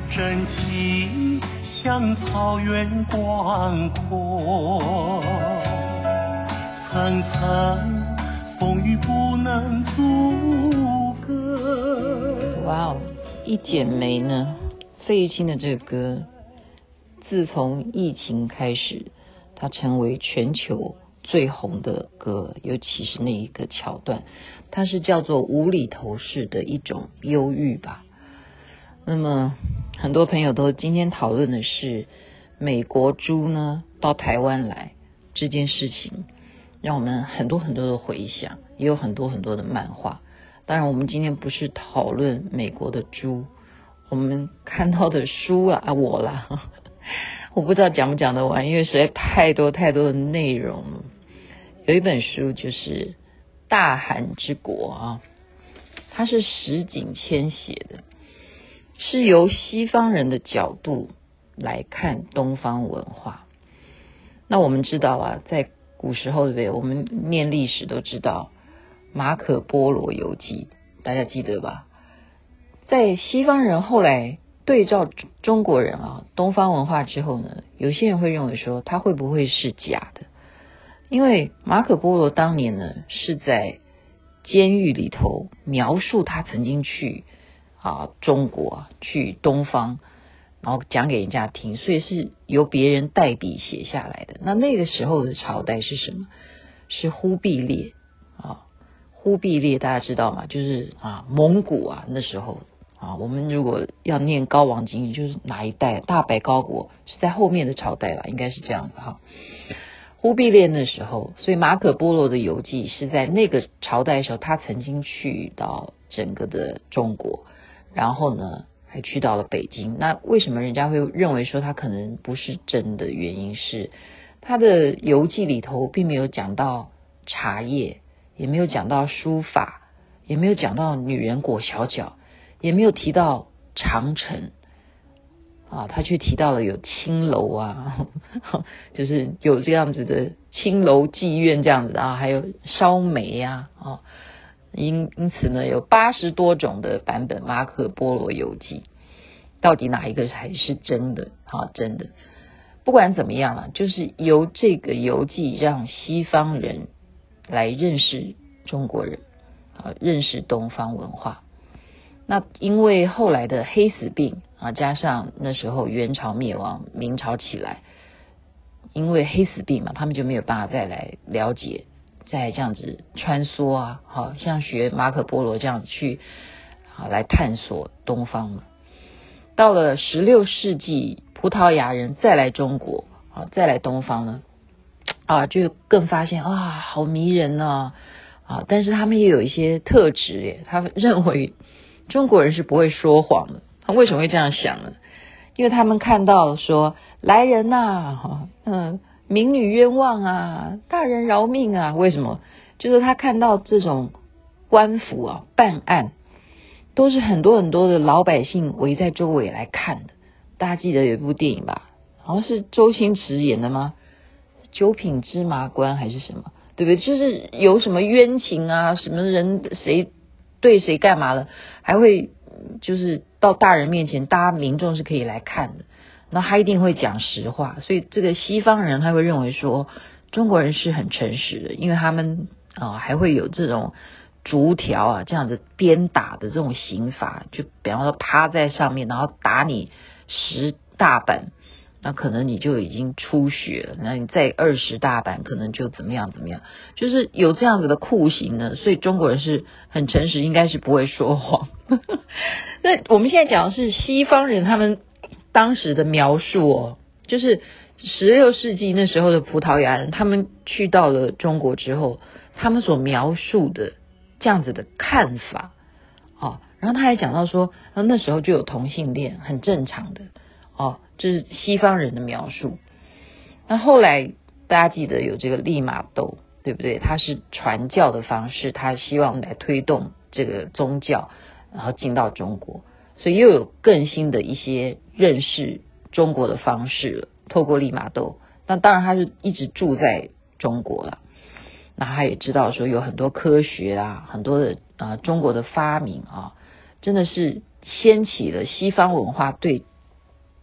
真情像草原广阔，层层风雨不能阻隔。 哇哦，一剪梅呢，费玉清的这个歌，自从疫情开始，它成为全球最红的歌，尤其是那一个桥段，它是叫做无厘头式的一种忧郁吧。那么很多朋友都今天讨论的是美国猪呢到台湾来这件事情，让我们很多很多的回想，也有很多很多的漫画。当然我们今天不是讨论美国的猪，我们看到的书我啦我不知道讲不讲得完，因为实在太多太多的内容了。有一本书就是大韩之国它是石井谦写的，是由西方人的角度来看东方文化。那我们知道在古时候，对不对？我们念历史都知道马可波罗游记，大家记得吧？在西方人后来对照中国人东方文化之后呢，有些人会认为说他会不会是假的？因为马可波罗当年呢是在监狱里头描述他曾经去中国去东方，然后讲给人家听，所以是由别人代笔写下来的。那个时候的朝代是什么？是忽必烈忽必烈大家知道吗？就是蒙古那时候我们如果要念高王经，就是哪一代？大白高国是在后面的朝代吧，应该是这样的忽必烈那时候，所以马可波罗的游记是在那个朝代的时候，他曾经去到整个的中国，然后呢还去到了北京。那为什么人家会认为说他可能不是真的？原因是他的游记里头并没有讲到茶叶，也没有讲到书法，也没有讲到女人裹小脚，也没有提到长城他却提到了有青楼就是有这样子的青楼妓院这样子还有烧煤因此呢有80多种的版本马可波罗游记，到底哪一个才是真的真的不管怎么样就是由这个游记让西方人来认识中国人认识东方文化。那因为后来的黑死病加上那时候元朝灭亡，明朝起来，因为黑死病嘛，他们就没有办法再来了解，再这样子穿梭像学马可波罗这样去来探索东方了。到了16世纪，葡萄牙人再来中国再来东方呢就更发现好迷人但是他们也有一些特质耶，他们认为中国人是不会说谎的。他为什么会这样想呢？因为他们看到说来人民女冤枉大人饶命为什么？就是他看到这种官府办案都是很多很多的老百姓围在周围来看的。大家记得有一部电影吧，好像是周星驰演的吗？九品芝麻官还是什么，对不对？就是有什么冤情什么人谁对谁干嘛了，还会就是到大人面前，大家民众是可以来看的。那他一定会讲实话，所以这个西方人他会认为说中国人是很诚实的，因为他们还会有这种竹条这样子鞭打的这种刑罚，就比方说趴在上面，然后打你10大板，那可能你就已经出血了，那你再20大板可能就怎么样怎么样，就是有这样子的酷刑呢。所以中国人是很诚实，应该是不会说谎那我们现在讲的是西方人他们当时的描述就是16世纪那时候的葡萄牙人，他们去到了中国之后，他们所描述的这样子的看法然后他还讲到说那时候就有同性恋，很正常的这是西方人的描述。那后来大家记得有这个利玛窦，对不对？他是传教的方式，他希望来推动这个宗教，然后进到中国，所以又有更新的一些认识中国的方式了，透过利玛窦。那当然他是一直住在中国了，那他也知道说有很多科学很多的中国的发明真的是掀起了西方文化对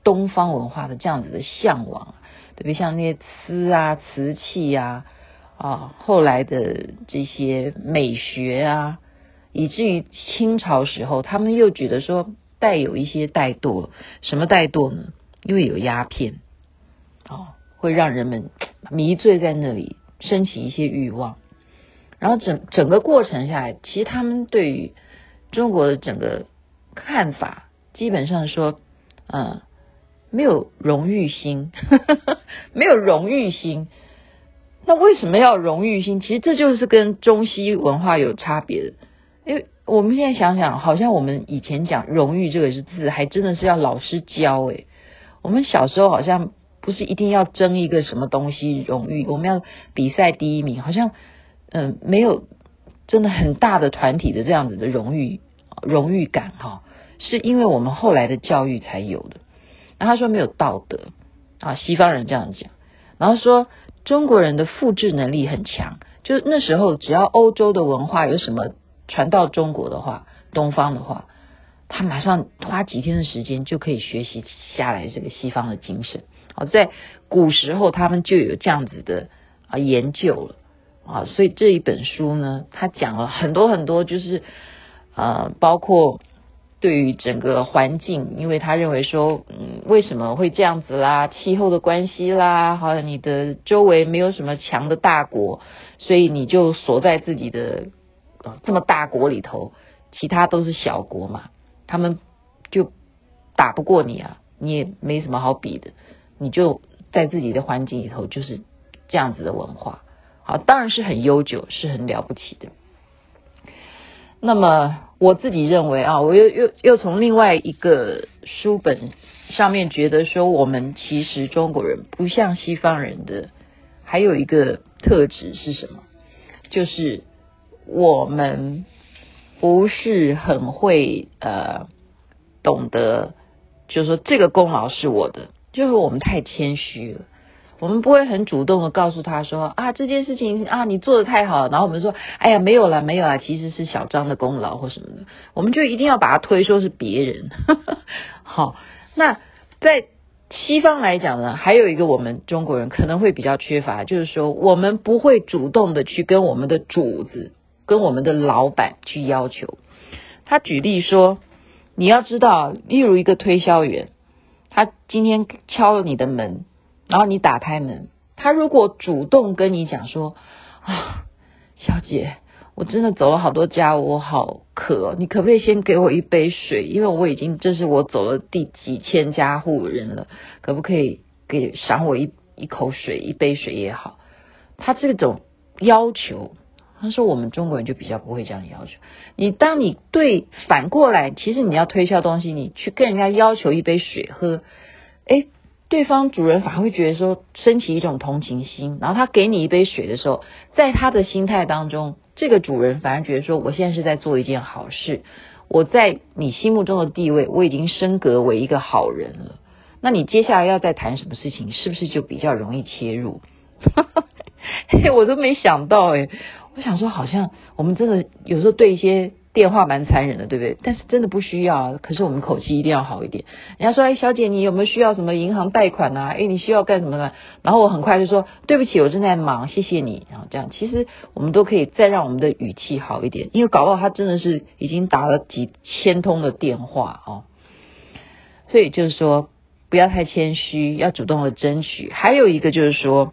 东方文化的这样子的向往，对不对？像那些瓷啊、瓷器啊，后来的这些美学啊，以至于清朝时候，他们又觉得说带有一些怠惰。什么怠惰呢？因为有鸦片，会让人们迷醉在那里，升起一些欲望。然后整个过程下来，其实他们对于中国的整个看法，基本上说，没有荣誉心，没有荣誉心。那为什么要荣誉心？其实这就是跟中西文化有差别的。因为我们现在想想，好像我们以前讲荣誉这个字，还真的是要老师教我们小时候好像不是一定要争一个什么东西荣誉，我们要比赛第一名，好像没有真的很大的团体的这样子的荣誉感是因为我们后来的教育才有的。然后他说没有道德西方人这样讲，然后说中国人的复制能力很强，就是那时候只要欧洲的文化有什么传到中国的话，东方的话，他马上花几天的时间就可以学习下来这个西方的精神。在古时候他们就有这样子的研究了所以这一本书呢，他讲了很多很多，就是包括对于整个环境，因为他认为说为什么会这样子啦，气候的关系啦，好像你的周围没有什么强的大国，所以你就锁在自己的这么大国里头，其他都是小国嘛，他们就打不过你你也没什么好比的，你就在自己的环境里头就是这样子的文化当然是很悠久，是很了不起的。那么我自己认为我又从另外一个书本上面觉得说，我们其实中国人不像西方人的还有一个特质是什么？就是我们不是很会懂得，就是说这个功劳是我的，就是我们太谦虚了。我们不会很主动的告诉他说这件事情你做得太好，然后我们说哎呀没有啦，其实是小张的功劳或什么的，我们就一定要把它推说是别人。好，那在西方来讲呢，还有一个我们中国人可能会比较缺乏，就是说我们不会主动的去跟我们的主子跟我们的老板去要求。他举例说，你要知道，例如一个推销员，他今天敲了你的门，然后你打开门，他如果主动跟你讲说小姐，我真的走了好多家，我好渴你可不可以先给我一杯水，因为这是我走了第几千家户人了，可不可以赏我一口水，一杯水也好。他这种要求，他说我们中国人就比较不会这样要求。当你反过来，其实你要推销东西，你去跟人家要求一杯水喝，对方主人反而会觉得说升起一种同情心，然后他给你一杯水的时候，在他的心态当中，这个主人反而觉得说我现在是在做一件好事，我在你心目中的地位我已经升格为一个好人了，那你接下来要再谈什么事情，是不是就比较容易切入？我都没想到我想说好像我们真的有时候对一些电话蛮残忍的，对不对？但是真的不需要，可是我们口气一定要好一点。人家说小姐你有没有需要什么银行贷款你需要干什么呢？然后我很快就说对不起我正在忙，谢谢你。然后这样其实我们都可以再让我们的语气好一点，因为搞不好他真的是已经打了几千通的电话所以就是说不要太谦虚，要主动的争取。还有一个就是说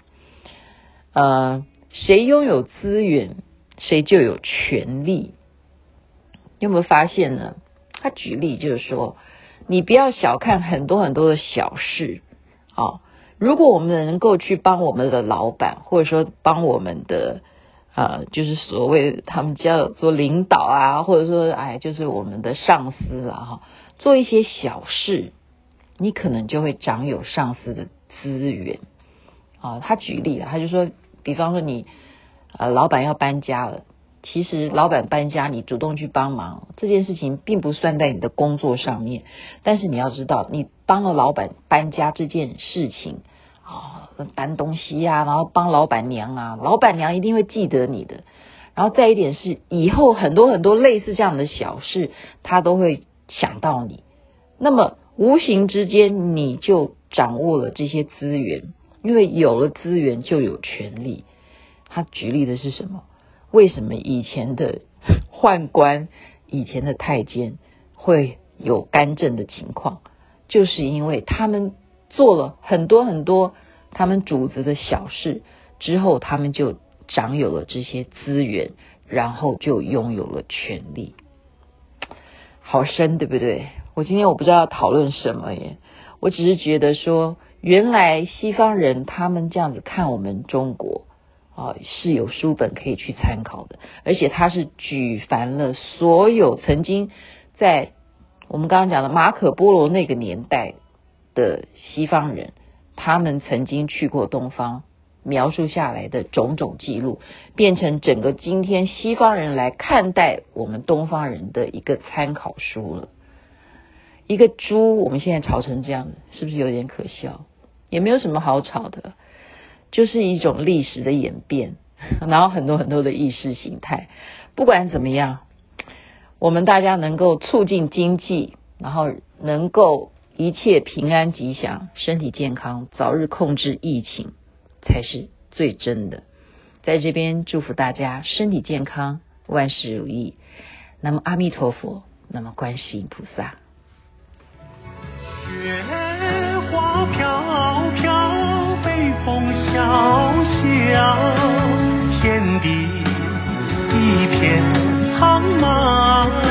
谁拥有资源谁就有权利。你有没有发现呢？他举例就是说，你不要小看很多很多的小事如果我们能够去帮我们的老板，或者说帮我们的就是所谓他们叫做领导或者说就是我们的上司做一些小事，你可能就会掌有上司的资源他举例他就说，比方说你老板要搬家了，其实老板搬家你主动去帮忙，这件事情并不算在你的工作上面，但是你要知道你帮了老板搬家这件事情搬东西然后帮老板娘老板娘一定会记得你的。然后再一点是以后很多很多类似这样的小事他都会想到你。那么无形之间你就掌握了这些资源，因为有了资源就有权利。他举例的是什么？为什么以前的宦官、以前的太监会有干政的情况？就是因为他们做了很多很多他们主子的小事之后，他们就掌有了这些资源，然后就拥有了权利。好深，对不对？我今天我不知道要讨论什么耶，我只是觉得说，原来西方人他们这样子看我们中国是有书本可以去参考的，而且他是举凡了所有曾经在我们刚刚讲的马可波罗那个年代的西方人，他们曾经去过东方，描述下来的种种记录，变成整个今天西方人来看待我们东方人的一个参考书了。一个猪我们现在炒成这样子，是不是有点可笑？也没有什么好炒的，就是一种历史的演变，然后很多很多的意识形态。不管怎么样，我们大家能够促进经济，然后能够一切平安吉祥，身体健康，早日控制疫情，才是最真的。在这边祝福大家身体健康，万事如意。那么阿弥陀佛，那么观世音菩萨。 雪花飘飘，北风萧萧，天地一片苍茫。